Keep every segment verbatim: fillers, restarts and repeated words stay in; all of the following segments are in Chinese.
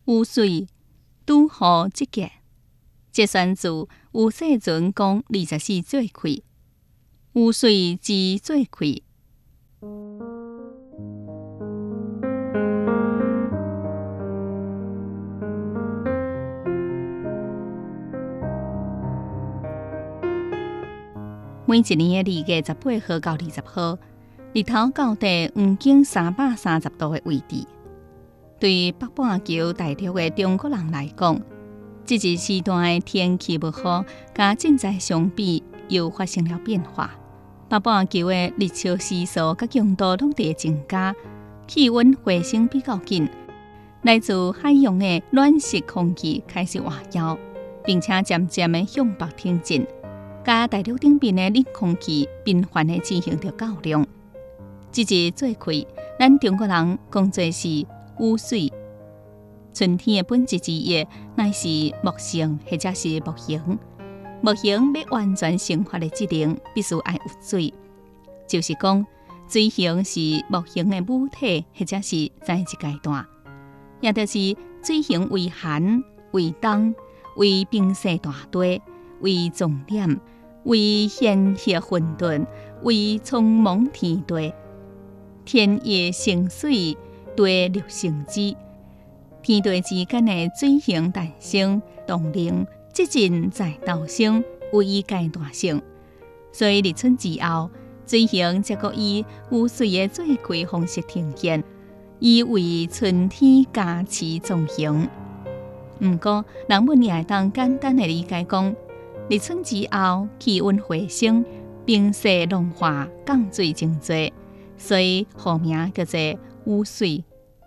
雨水拄好即节，节选自有世尊讲二十四节气，雨水之节气。每一年的二月十八号到二十号，日头到地黄经三百三十度的位置。对北半球大陆的中国人来讲，这一时段的天气不好，甲正在相比又发生了变化。北半球的日照时数甲强度拢在增加，气温回升比较紧。来自海洋的暖湿空气开始外枵，并且渐渐的向北挺进。甲大陆顶边的冷空气频繁地进行着较量，这一节气，咱中国人讲做是雨水。春天的本质之一，乃是木性或者是木型。木型要完全生发的技能，必须爱有水。就是讲，水型是木型的母体或者是在一阶段，也就是水型为寒、为冻、为冰雪大堆、为重点。为鲜血混沌，为苍茫天地，天液成水，地流成之。天地之间的水形诞生、动能、即进在道生，有以阶段性。所以立春之后，水形则可以雨水的最快方式呈现，以为春天加持纵行。不过，人们也会当简单的理解讲。立春之后，气温回升，冰雪融化，降水真多，所以号名叫做雨水。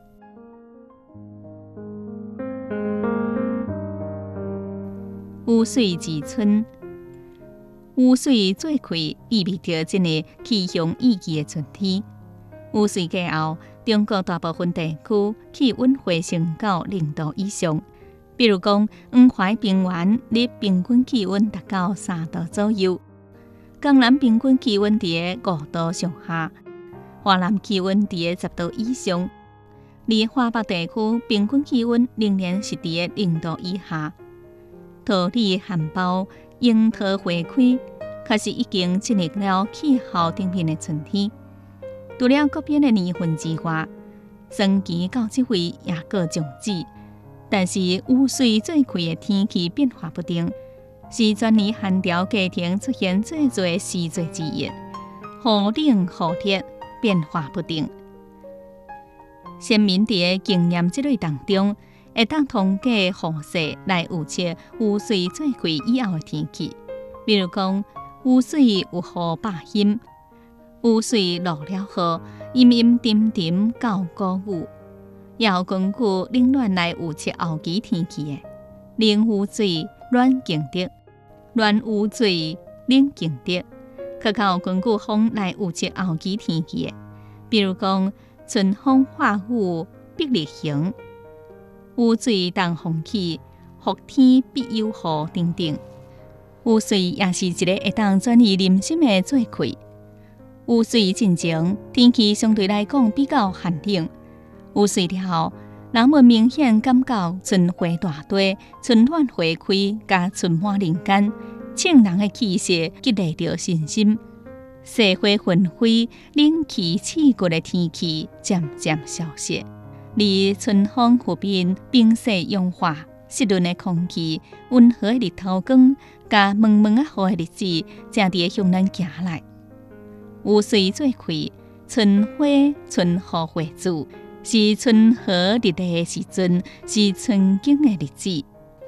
雨水之春，雨水节气意味着这个气象意义的春天。雨水过后，中国大部分地区气温回升到零度以上。比如讲，黄淮平原日平均气温达到三度左右，江南平均气温伫个五度上下，华南气温伫个十度以上，而华北地区平均气温仍然是伫个零度以下。桃李含苞，樱桃花开，确实已经进入了气候顶面的春天。除了各边的年份之外，双旗到这回也各种子。但是雨水节气的天气变化不定，是全年寒潮家庭出现最多的时节之一，雨冷雨热，变化不定。先民伫经验积累当中，会当通过雨势来预测雨水节气以后的天气。比如讲，雨水有雨百阴，雨水落了后，阴阴沉沉到谷雨。也有根据冷暖来预测后期天气的，冷雨水暖静的，暖雨水冷静的，可靠根据风来预测后期天气的。比如讲，春风化雨必日行，雨水当风起，伏天必有雨等等。雨水也是一个会当转移人心的节气。雨水进前，天气相对来讲比较寒冷。雨水了后，人们明显感觉春花大堆、春暖花开，加春满人间，庆人的气息激励着信心。雪花纷飞、冷气刺骨的天气渐渐消失，而春风拂面、冰雪融化、湿润的空气、温和的日头光，加蒙蒙啊雨的日子，正伫向咱行来。雨水节气，春花春雨花子。是春和日丽的时阵，是春景的日子。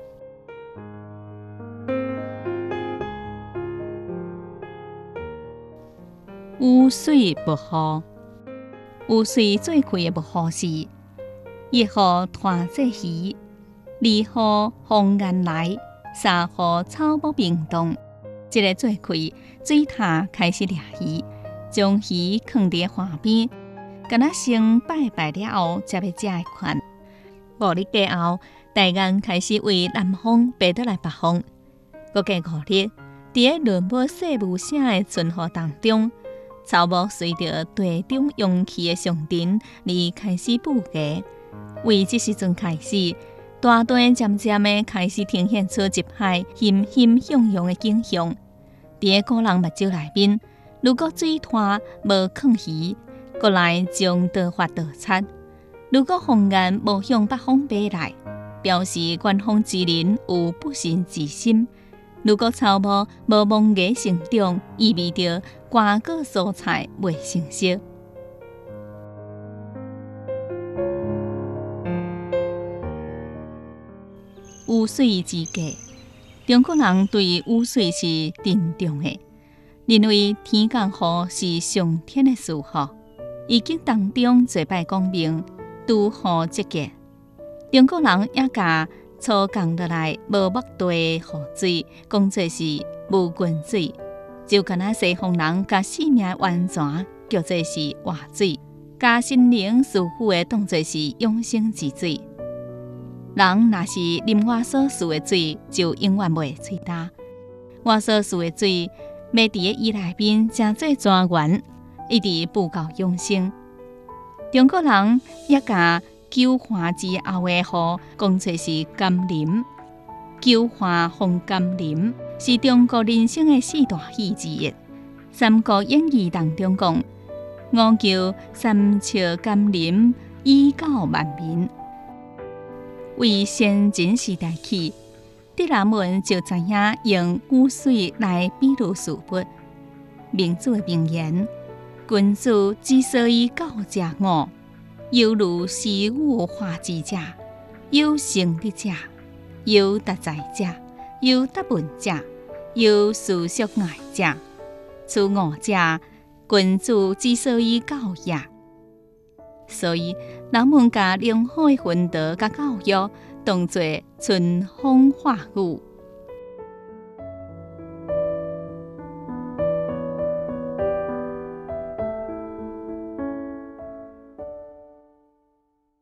雨水不雨，雨水节气的不雨是：一号团节鱼，二号风雁来，三号草木鸣动。这个节气，水塔开始掠鱼，将鱼放伫岸边。敢若先拜拜了后，才要食会款。五日过后，太阳开始为南方爬倒来北方。过过五日，伫个润物细无声的春雨当中，草木随着地中阳气的上沉而开始布芽。为这时阵开始， 大地渐渐的开始呈现出一派欣欣向荣的景象。伫个古人目睭内面，如果水滩无抗鱼，过来将稻发稻产；如果风雁无向北方飞来，表示远方之人有不祥之心；如果草木无萌芽成长，意味着瓜果蔬菜未成熟。雨水之价，中国人对雨水是珍重的，认为天降雨是上天的赐福。易经当中多摆讲明拄雨即节，中国人也把初降落来无目地的雨水讲做是无根水，就敢若西方人把生命完全叫做是活水，把心灵舒服的当作是养生之水。人若是啉我所赐的水，就永远袂喙焦。我所赐的水，要伫个伊内面成做泉源，一直布到永生。中国人也把九花之后的雨讲做是甘霖，九花逢甘霖是中国人生的四大喜之一。三国演义当中讲：五九三笑甘霖，以告万民。为先秦时代起，得人们就知影用雨水来比喻事物。明子的名言：君子之所以教者我，犹如施雨化之者，有成力者，有达才者，有达文者，有思俗爱者。此五者，君子之所以教也。所以，人们把良好的熏陶甲教育当作春风化雨，